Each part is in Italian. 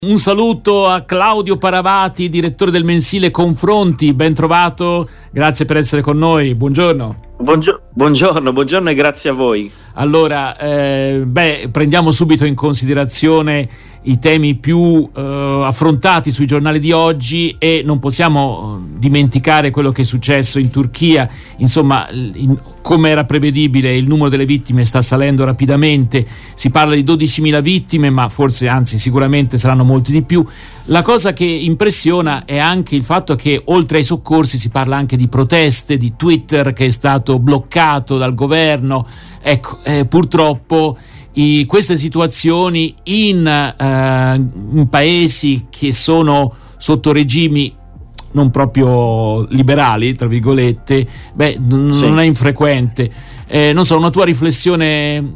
Un saluto a Claudio Paravati, direttore del mensile Confronti, ben trovato, grazie per essere con noi, buongiorno. Buongiorno e grazie a voi. Allora, prendiamo subito in considerazione i temi più affrontati sui giornali di oggi e non possiamo dimenticare quello che è successo in Turchia. Insomma, come era prevedibile, il numero delle vittime sta salendo rapidamente, si parla di 12.000 vittime, ma forse, anzi sicuramente saranno molti di più. La cosa che impressiona è anche il fatto che oltre ai soccorsi si parla anche di proteste, di Twitter che è stato bloccato dal governo. Ecco, purtroppo queste situazioni in paesi che sono sotto regimi non proprio liberali, tra virgolette, non è infrequente. Non so, una tua riflessione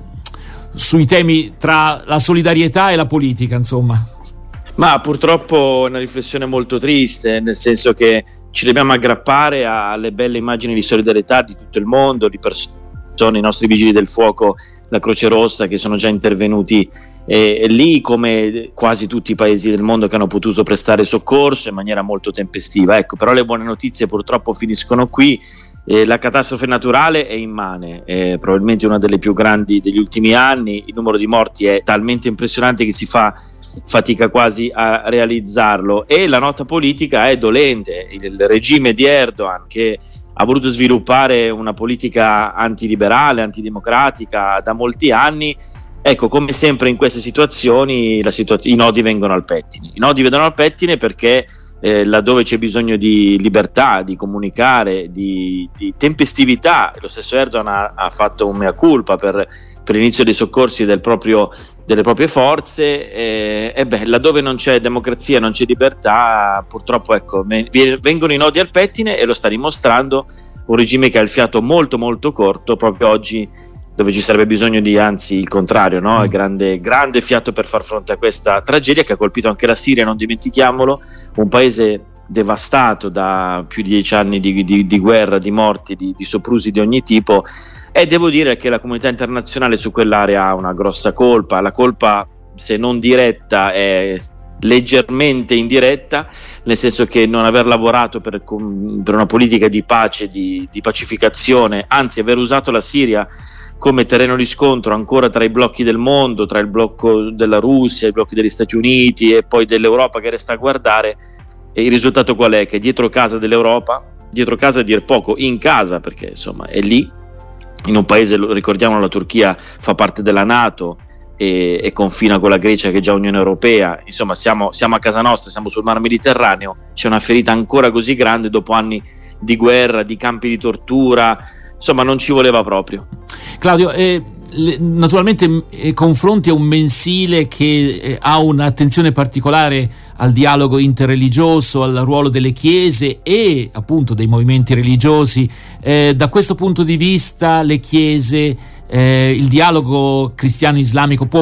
sui temi tra la solidarietà e la politica, insomma. Ma purtroppo è una riflessione molto triste, nel senso che ci dobbiamo aggrappare alle belle immagini di solidarietà di tutto il mondo, di persone, i nostri vigili del fuoco, la Croce Rossa, che sono già intervenuti lì, come quasi tutti i paesi del mondo che hanno potuto prestare soccorso in maniera molto tempestiva. Ecco, però le buone notizie purtroppo finiscono qui. La catastrofe naturale è immane, è probabilmente una delle più grandi degli ultimi anni. Il numero di morti è talmente impressionante che si fa fatica quasi a realizzarlo, e la nota politica è dolente. Il regime di Erdogan, che ha voluto sviluppare una politica antiliberale, antidemocratica da molti anni, ecco, come sempre in queste situazioni i nodi vengono al pettine. I nodi vengono al pettine perché laddove c'è bisogno di libertà, di comunicare, di tempestività, lo stesso Erdogan ha fatto un mea culpa per l'inizio dei soccorsi delle proprie forze, laddove non c'è democrazia, non c'è libertà, purtroppo ecco, vengono i nodi al pettine, e lo sta dimostrando un regime che ha il fiato molto molto corto proprio oggi, dove ci sarebbe bisogno di, anzi il contrario, no? Il grande fiato per far fronte a questa tragedia che ha colpito anche la Siria, non dimentichiamolo, un paese devastato da più di 10 anni di guerra, di morti, di soprusi di ogni tipo. E devo dire che la comunità internazionale su quell'area ha una grossa colpa. La colpa, se non diretta, è leggermente indiretta, nel senso che non aver lavorato per una politica di pace, di pacificazione, anzi aver usato la Siria come terreno di scontro ancora tra i blocchi del mondo, tra il blocco della Russia, i blocchi degli Stati Uniti e poi dell'Europa che resta a guardare. E il risultato qual è? Che dietro casa dell'Europa, dietro casa a dir poco, in casa, perché insomma è lì, in un paese, ricordiamo, la Turchia fa parte della NATO e confina con la Grecia che è già Unione Europea, insomma siamo a casa nostra, siamo sul Mar Mediterraneo, c'è una ferita ancora così grande dopo anni di guerra, di campi di tortura, insomma non ci voleva proprio. Claudio, naturalmente Confronti è un mensile che ha un'attenzione particolare al dialogo interreligioso, al ruolo delle chiese e appunto dei movimenti religiosi. Da questo punto di vista le chiese, il dialogo cristiano-islamico può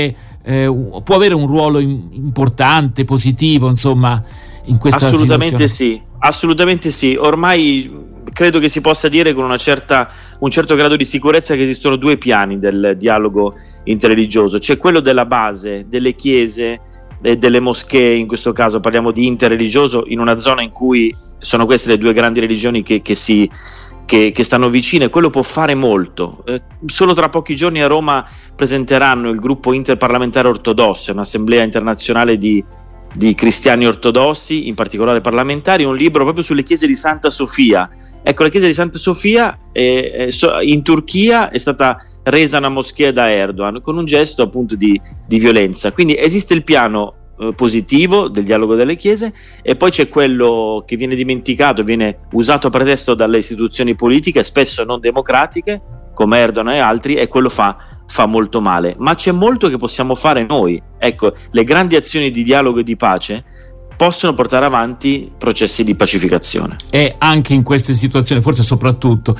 avere un ruolo importante, positivo, insomma, in questa situazione? Assolutamente sì. Ormai credo che si possa dire con un certo grado di sicurezza che esistono due piani del dialogo interreligioso. C'è quello della base, delle chiese e delle moschee, in questo caso parliamo di interreligioso, in una zona in cui sono queste le due grandi religioni che stanno vicine. Quello può fare molto. Solo tra pochi giorni a Roma presenteranno il gruppo interparlamentare ortodosso, un'assemblea internazionale di cristiani ortodossi, in particolare parlamentari, un libro proprio sulle chiese di Santa Sofia. Ecco, la chiesa di Santa Sofia in Turchia è stata resa una moschea da Erdogan con un gesto appunto di violenza. Quindi esiste il piano positivo del dialogo delle chiese, e poi c'è quello che viene dimenticato, viene usato a pretesto dalle istituzioni politiche, spesso non democratiche come Erdogan e altri, e quello fa molto male. Ma c'è molto che possiamo fare noi. Ecco, le grandi azioni di dialogo e di pace possono portare avanti processi di pacificazione. E anche in queste situazioni, forse soprattutto.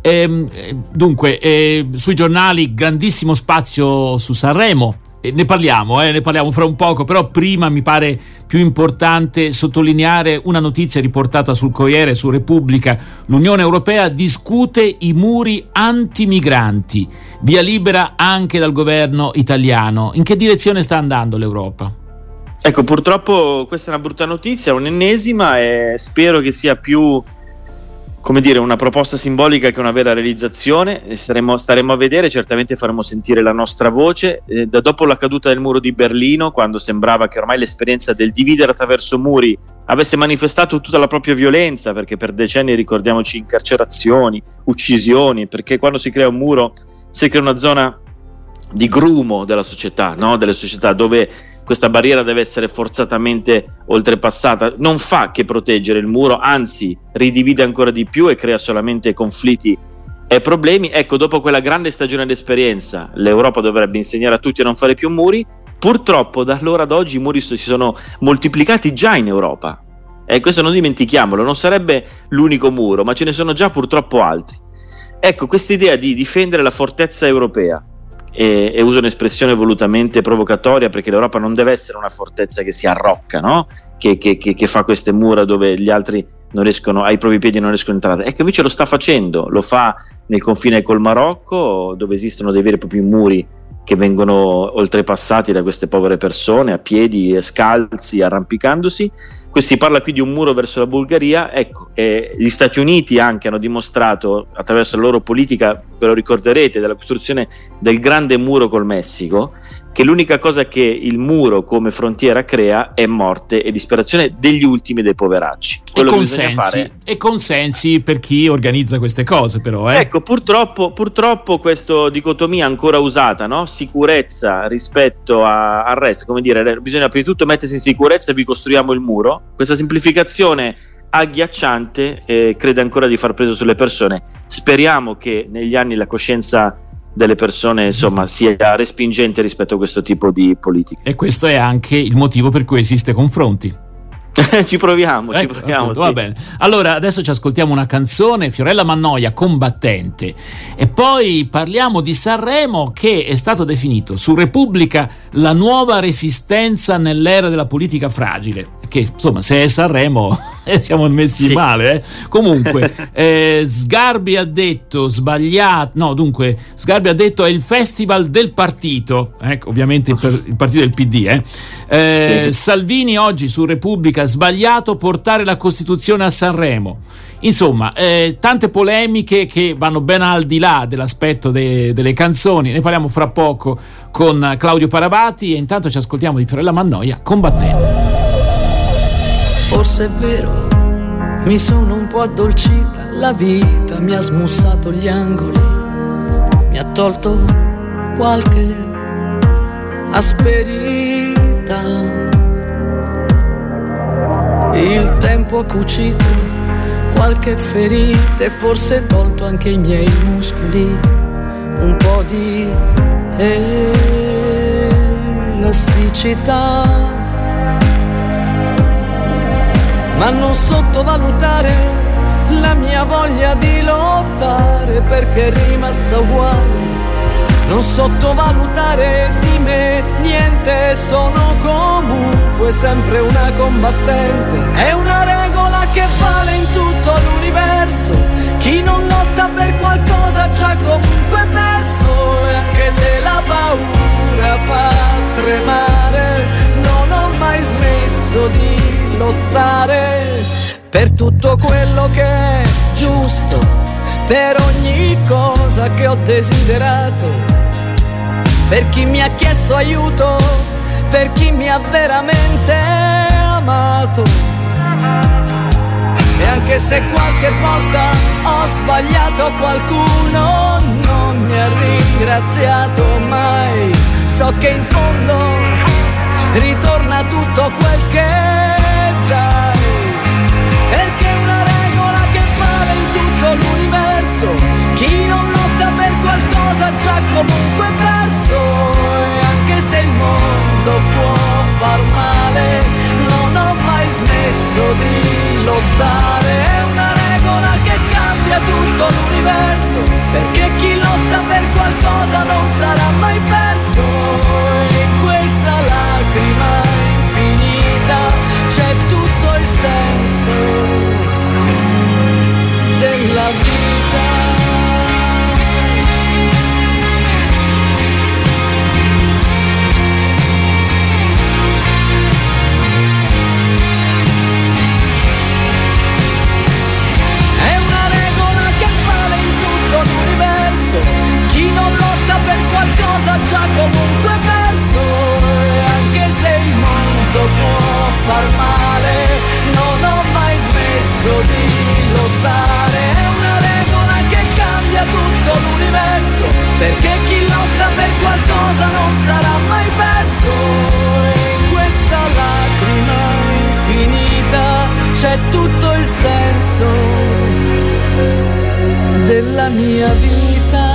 Dunque, sui giornali grandissimo spazio su Sanremo. Ne parliamo fra un poco, però prima mi pare più importante sottolineare una notizia riportata sul Corriere, su Repubblica. L'Unione Europea discute i muri antimigranti, via libera anche dal governo italiano. In che direzione sta andando l'Europa? Ecco, purtroppo questa è una brutta notizia, un'ennesima, e spero che sia più, come dire, una proposta simbolica che una vera realizzazione. Staremo a vedere, certamente faremo sentire la nostra voce. Dopo la caduta del muro di Berlino, quando sembrava che ormai l'esperienza del dividere attraverso muri avesse manifestato tutta la propria violenza, perché per decenni, ricordiamoci, incarcerazioni, uccisioni, perché quando si crea un muro si crea una zona di grumo della società, no? Delle società, dove questa barriera deve essere forzatamente oltrepassata, non fa che proteggere il muro, anzi ridivide ancora di più e crea solamente conflitti e problemi. Ecco, dopo quella grande stagione d'esperienza, l'Europa dovrebbe insegnare a tutti a non fare più muri. Purtroppo da allora ad oggi i muri si sono moltiplicati già in Europa, e questo non dimentichiamolo, non sarebbe l'unico muro, ma ce ne sono già purtroppo altri. Ecco, questa idea di difendere la fortezza europea, e uso un'espressione volutamente provocatoria, perché l'Europa non deve essere una fortezza che si arrocca, no? Che fa queste mura dove gli altri non riescono, ai propri piedi non riescono a entrare. Ecco, invece lo sta facendo, lo fa nel confine col Marocco, dove esistono dei veri e propri muri che vengono oltrepassati da queste povere persone a piedi, scalzi, arrampicandosi. Si parla qui di un muro verso la Bulgaria. Ecco, gli Stati Uniti anche hanno dimostrato, attraverso la loro politica, ve lo ricorderete, della costruzione del grande muro col Messico, che l'unica cosa che il muro come frontiera crea è morte e disperazione degli ultimi, dei poveracci. Quello E consensi per chi organizza queste cose, però. Ecco, purtroppo questa dicotomia ancora usata, no? Sicurezza rispetto al resto, come dire, bisogna prima di tutto mettersi in sicurezza e vi costruiamo il muro. Questa semplificazione agghiacciante crede ancora di far preso sulle persone. Speriamo che negli anni la coscienza delle persone, insomma, sia respingente rispetto a questo tipo di politica. E questo è anche il motivo per cui esiste Confronti. Ci proviamo, appunto, sì. Va bene. Allora adesso ci ascoltiamo una canzone, Fiorella Mannoia, Combattente, e poi parliamo di Sanremo, che è stato definito su Repubblica la nuova resistenza nell'era della politica fragile, che insomma, se è Sanremo siamo messi male. Comunque Sgarbi ha detto Sgarbi ha detto è il festival del partito, ecco, ovviamente il partito del PD. Sì. Salvini oggi su Repubblica: sbagliato portare la Costituzione a Sanremo. Insomma, tante polemiche che vanno ben al di là dell'aspetto delle canzoni. Ne parliamo fra poco con Claudio Paravati, e intanto ci ascoltiamo di Fiorella Mannoia, Combattente. Forse è vero, mi sono un po' addolcita, la vita mi ha smussato gli angoli, mi ha tolto qualche asperità. Il tempo ha cucito qualche ferita e forse tolto anche i miei muscoli un po' di elasticità. Ma non sottovalutare la mia voglia di lottare, perché è rimasta uguale. Non sottovalutare di me niente, sono comunque sempre una combattente. È una regola che vale in tutto l'universo: chi non lotta per qualcosa già comunque perso. E anche se la paura fa tremare, non ho mai smesso di lottare per tutto quello che è giusto, per ogni cosa che ho desiderato, per chi mi ha chiesto aiuto, per chi mi ha veramente amato. E anche se qualche volta ho sbagliato qualcuno, non mi ha ringraziato mai, so che in fondo ritorna tutto quel che dai, perché è una regola che vale in tutto l'universo: chi non lotta per qualcosa già comunque perso. E anche se il mondo può far male, non ho mai smesso di lottare. È una regola che cambia tutto l'universo, perché chi lotta per qualcosa non sarà mai perso. E in questa lacrima infinita c'è tutto il senso della vita. perché chi lotta per qualcosa non sarà mai perso. E in questa lacrima infinita c'è tutto il senso della mia vita.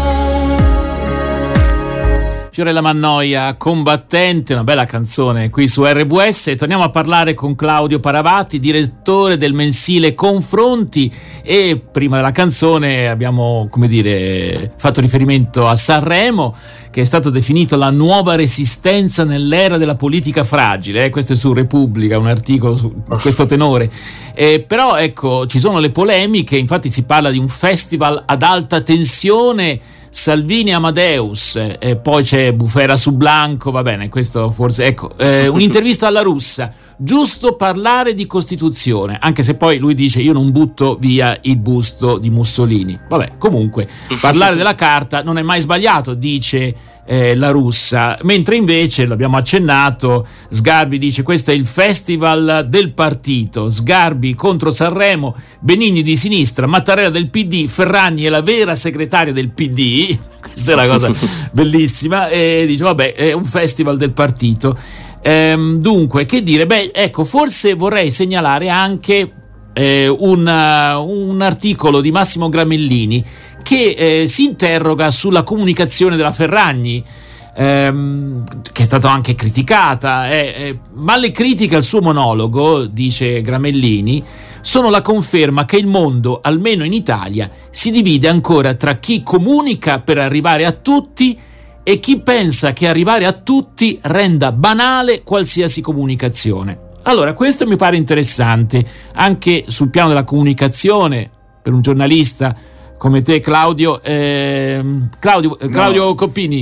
Fiorella Mannoia, Combattente, una bella canzone qui su RWS. Torniamo a parlare con Claudio Paravati, direttore del mensile Confronti, e prima della canzone abbiamo, fatto riferimento a Sanremo, che è stato definito la nuova resistenza nell'era della politica fragile. Questo è su Repubblica, un articolo su questo tenore. Però ecco, ci sono le polemiche, infatti si parla di un festival ad alta tensione, Salvini Amadeus, poi c'è Bufera su Blanco, va bene, questo forse, ecco, un'intervista alla Russa, giusto parlare di Costituzione, anche se poi lui dice io non butto via il busto di Mussolini, vabbè, comunque parlare della carta non è mai sbagliato, dice la Russa, mentre invece, l'abbiamo accennato, Sgarbi dice questo è il festival del partito, Sgarbi contro Sanremo, Benigni di sinistra, Mattarella del PD, Ferragni è la vera segretaria del PD, questa è una cosa bellissima, e dice vabbè, è un festival del partito. Dunque, che dire, ecco, forse vorrei segnalare anche un articolo di Massimo Gramellini che si interroga sulla comunicazione della Ferragni, che è stata anche criticata, ma le critiche al suo monologo, dice Gramellini, sono la conferma che il mondo, almeno in Italia, si divide ancora tra chi comunica per arrivare a tutti e chi pensa che arrivare a tutti renda banale qualsiasi comunicazione. Allora, questo mi pare interessante anche sul piano della comunicazione per un giornalista come te, Claudio. Claudio Coppini.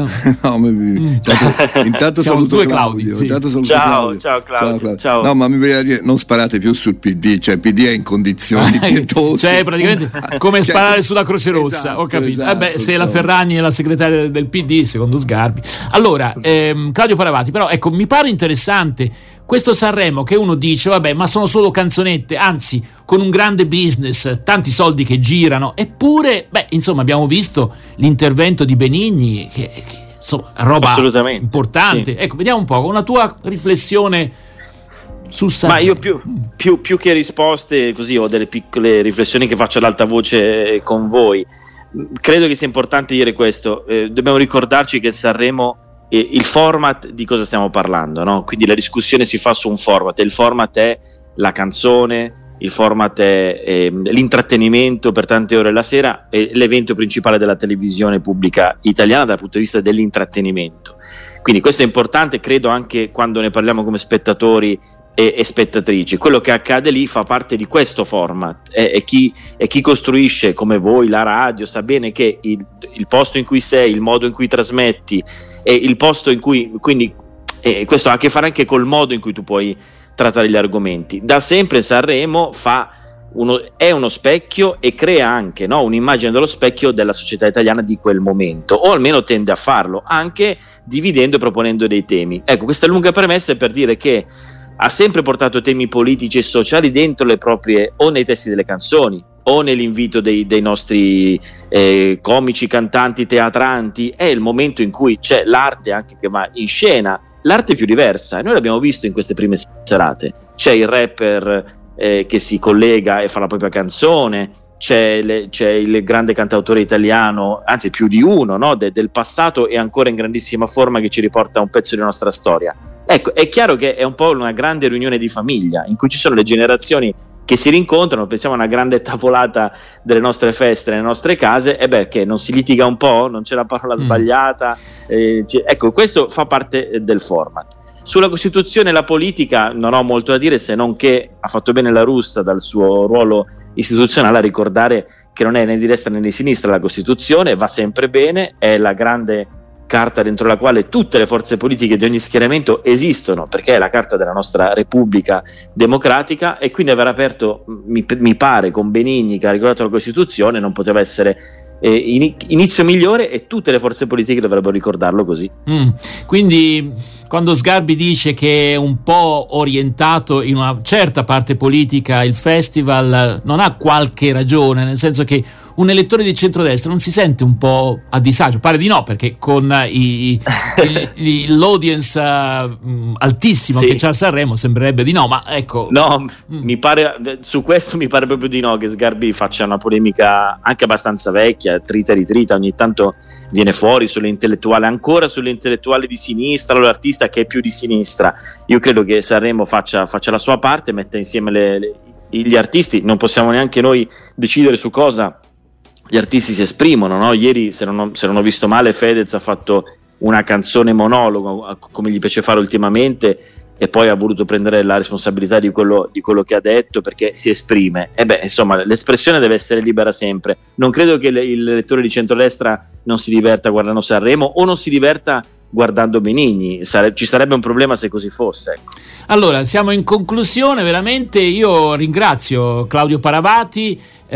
Intanto saluto due Claudio. Sì. Ciao Claudio. Ciao. No, ma mi viene a dire, non sparate più sul PD, cioè il PD è in condizioni pietose. Cioè praticamente come sparare sulla Croce Rossa, esatto, ho capito. Se la Ferragni è la segretaria del PD, secondo Sgarbi. Allora, Claudio Paravati, però ecco, mi pare interessante questo Sanremo, che uno dice vabbè, ma sono solo canzonette, anzi con un grande business, tanti soldi che girano, eppure insomma abbiamo visto l'intervento di Benigni che insomma roba importante, sì. Ecco, vediamo un po' una tua riflessione su Sanremo. Ma io più che risposte così ho delle piccole riflessioni che faccio ad alta voce con voi. Credo che sia importante dire questo, dobbiamo ricordarci che Sanremo, il format di cosa stiamo parlando, no? Quindi la discussione si fa su un format, e il format è la canzone, il format è l'intrattenimento per tante ore la sera, è l'evento principale della televisione pubblica italiana dal punto di vista dell'intrattenimento. Quindi questo è importante, credo, anche quando ne parliamo come spettatori e spettatrici. Quello che accade lì fa parte di questo format, e chi costruisce come voi la radio sa bene che il posto in cui sei, il modo in cui trasmetti e il posto in cui, quindi questo ha a che fare anche col modo in cui tu puoi trattare gli argomenti. Da sempre Sanremo è uno specchio e crea anche, no, un'immagine dello specchio della società italiana di quel momento, o almeno tende a farlo, anche dividendo e proponendo dei temi. Ecco, questa lunga premessa è per dire che ha sempre portato temi politici e sociali dentro le proprie, o nei testi delle canzoni o nell'invito dei nostri comici, cantanti, teatranti. È il momento in cui c'è l'arte anche che va in scena, l'arte più diversa, e noi l'abbiamo visto in queste prime serate. C'è il rapper che si collega e fa la propria canzone, c'è il grande cantautore italiano, anzi più di uno, no? del passato e ancora in grandissima forma, che ci riporta un pezzo della nostra storia. Ecco, è chiaro che è un po' una grande riunione di famiglia in cui ci sono le generazioni che si rincontrano. Pensiamo a una grande tavolata delle nostre feste nelle nostre case, che non si litiga un po', non c'è la parola sbagliata, ecco, questo fa parte del format. Sulla Costituzione e la politica non ho molto da dire, se non che ha fatto bene la Russa dal suo ruolo istituzionale a ricordare che non è né di destra né di sinistra la Costituzione, va sempre bene, è la grande carta dentro la quale tutte le forze politiche di ogni schieramento esistono, perché è la carta della nostra Repubblica democratica, e quindi aver aperto, mi pare, con Benigni che ha ricordato la Costituzione non poteva essere inizio migliore, e tutte le forze politiche dovrebbero ricordarlo così. Quindi quando Sgarbi dice che è un po' orientato in una certa parte politica il festival, non ha qualche ragione, nel senso che un elettore di centrodestra non si sente un po' a disagio? Pare di no, perché con l'audience altissimo che c'ha a Sanremo sembrerebbe di no, ma ecco. No, mi pare, su questo mi pare proprio di no, che Sgarbi faccia una polemica anche abbastanza vecchia, trita e ritrita, ogni tanto viene fuori sulle intellettuali, ancora sulle intellettuali di sinistra, o l'artista che è più di sinistra. Io credo che Sanremo faccia la sua parte, metta insieme gli artisti. Non possiamo neanche noi decidere su cosa gli artisti si esprimono, no? Ieri, se non ho visto male, Fedez ha fatto una canzone monologo, come gli piace fare ultimamente, e poi ha voluto prendere la responsabilità di quello che ha detto, perché si esprime. Insomma, l'espressione deve essere libera sempre. Non credo che il lettore di centrodestra non si diverta guardando Sanremo, o non si diverta guardando Benigni. Ci sarebbe un problema se così fosse, ecco. Allora, siamo in conclusione, veramente. Io ringrazio Claudio Paravati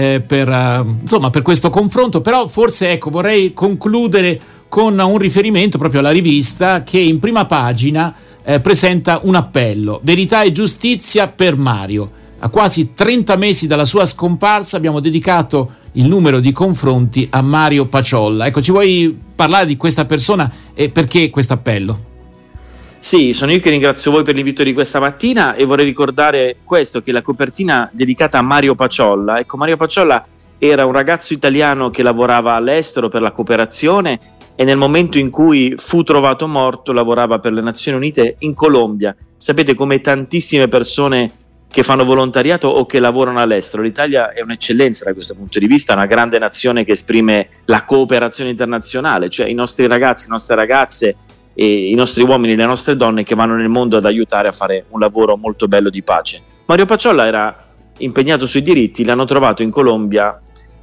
per questo confronto, però forse vorrei concludere con un riferimento proprio alla rivista, che in prima pagina presenta un appello: verità e giustizia per Mario. A quasi 30 mesi dalla sua scomparsa abbiamo dedicato il numero di confronti a Mario Paciolla. Ecco, ci vuoi parlare di questa persona e perché questo appello? Sì, sono io che ringrazio voi per l'invito di questa mattina, e vorrei ricordare questo, che la copertina dedicata a Mario Paciolla. Ecco, Mario Paciolla era un ragazzo italiano che lavorava all'estero per la cooperazione, e nel momento in cui fu trovato morto lavorava per le Nazioni Unite in Colombia. Sapete, come tantissime persone che fanno volontariato o che lavorano all'estero, l'Italia è un'eccellenza da questo punto di vista, una grande nazione che esprime la cooperazione internazionale, cioè i nostri ragazzi, le nostre ragazze, e i nostri uomini e le nostre donne che vanno nel mondo ad aiutare a fare un lavoro molto bello di pace. Mario Paciolla era impegnato sui diritti, l'hanno trovato in Colombia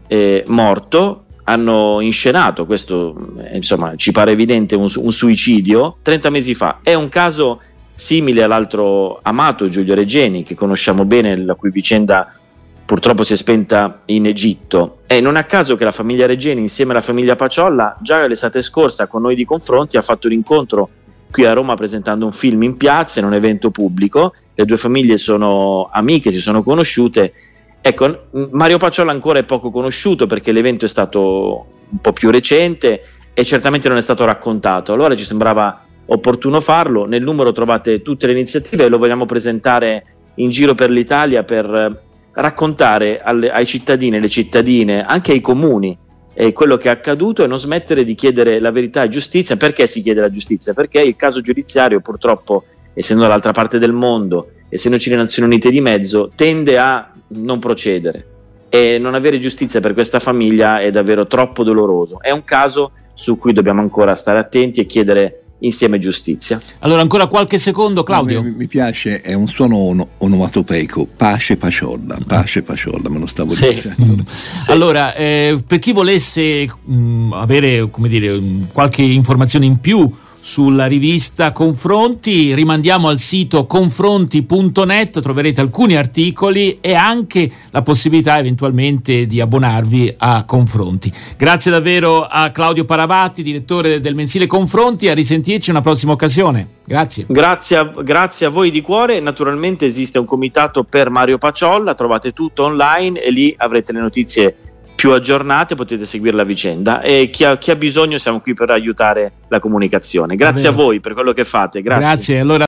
morto. Hanno inscenato questo, insomma, ci pare evidente, un suicidio 30 mesi fa. È un caso simile all'altro amato, Giulio Regeni, che conosciamo bene, la cui vicenda purtroppo si è spenta in Egitto. E non è a caso che la famiglia Regeni, insieme alla famiglia Paciolla, già l'estate scorsa con noi di Confronti ha fatto un incontro qui a Roma presentando un film in piazza, in un evento pubblico. Le due famiglie sono amiche, si sono conosciute. Ecco, Mario Paciolla ancora è poco conosciuto perché l'evento è stato un po' più recente e certamente non è stato raccontato. Allora ci sembrava opportuno farlo. Nel numero trovate tutte le iniziative e lo vogliamo presentare in giro per l'Italia per raccontare ai cittadini, alle cittadine, anche ai comuni, quello che è accaduto, e non smettere di chiedere la verità e giustizia. Perché si chiede la giustizia? Perché il caso giudiziario, purtroppo, essendo dall'altra parte del mondo, essendoci le Nazioni Unite di mezzo, tende a non procedere, e non avere giustizia per questa famiglia è davvero troppo doloroso. È un caso su cui dobbiamo ancora stare attenti e chiedere insieme giustizia. Allora, ancora qualche secondo, Claudio. Mi piace, è un suono onomatopeico: pace Paciolla, pace Paciolla, me lo stavo dicendo. Sì. Allora, per chi volesse avere, come dire, qualche informazione in più sulla rivista Confronti, rimandiamo al sito confronti.net, troverete alcuni articoli e anche la possibilità eventualmente di abbonarvi a Confronti. Grazie davvero a Claudio Paravati, direttore del mensile Confronti, a risentirci in una prossima occasione. Grazie. Grazie a voi di cuore. Naturalmente esiste un comitato per Mario Paciolla, trovate tutto online e lì avrete le notizie più aggiornate, potete seguire la vicenda, e chi ha bisogno siamo qui per aiutare la comunicazione. Grazie a voi per quello che fate. Grazie. Allora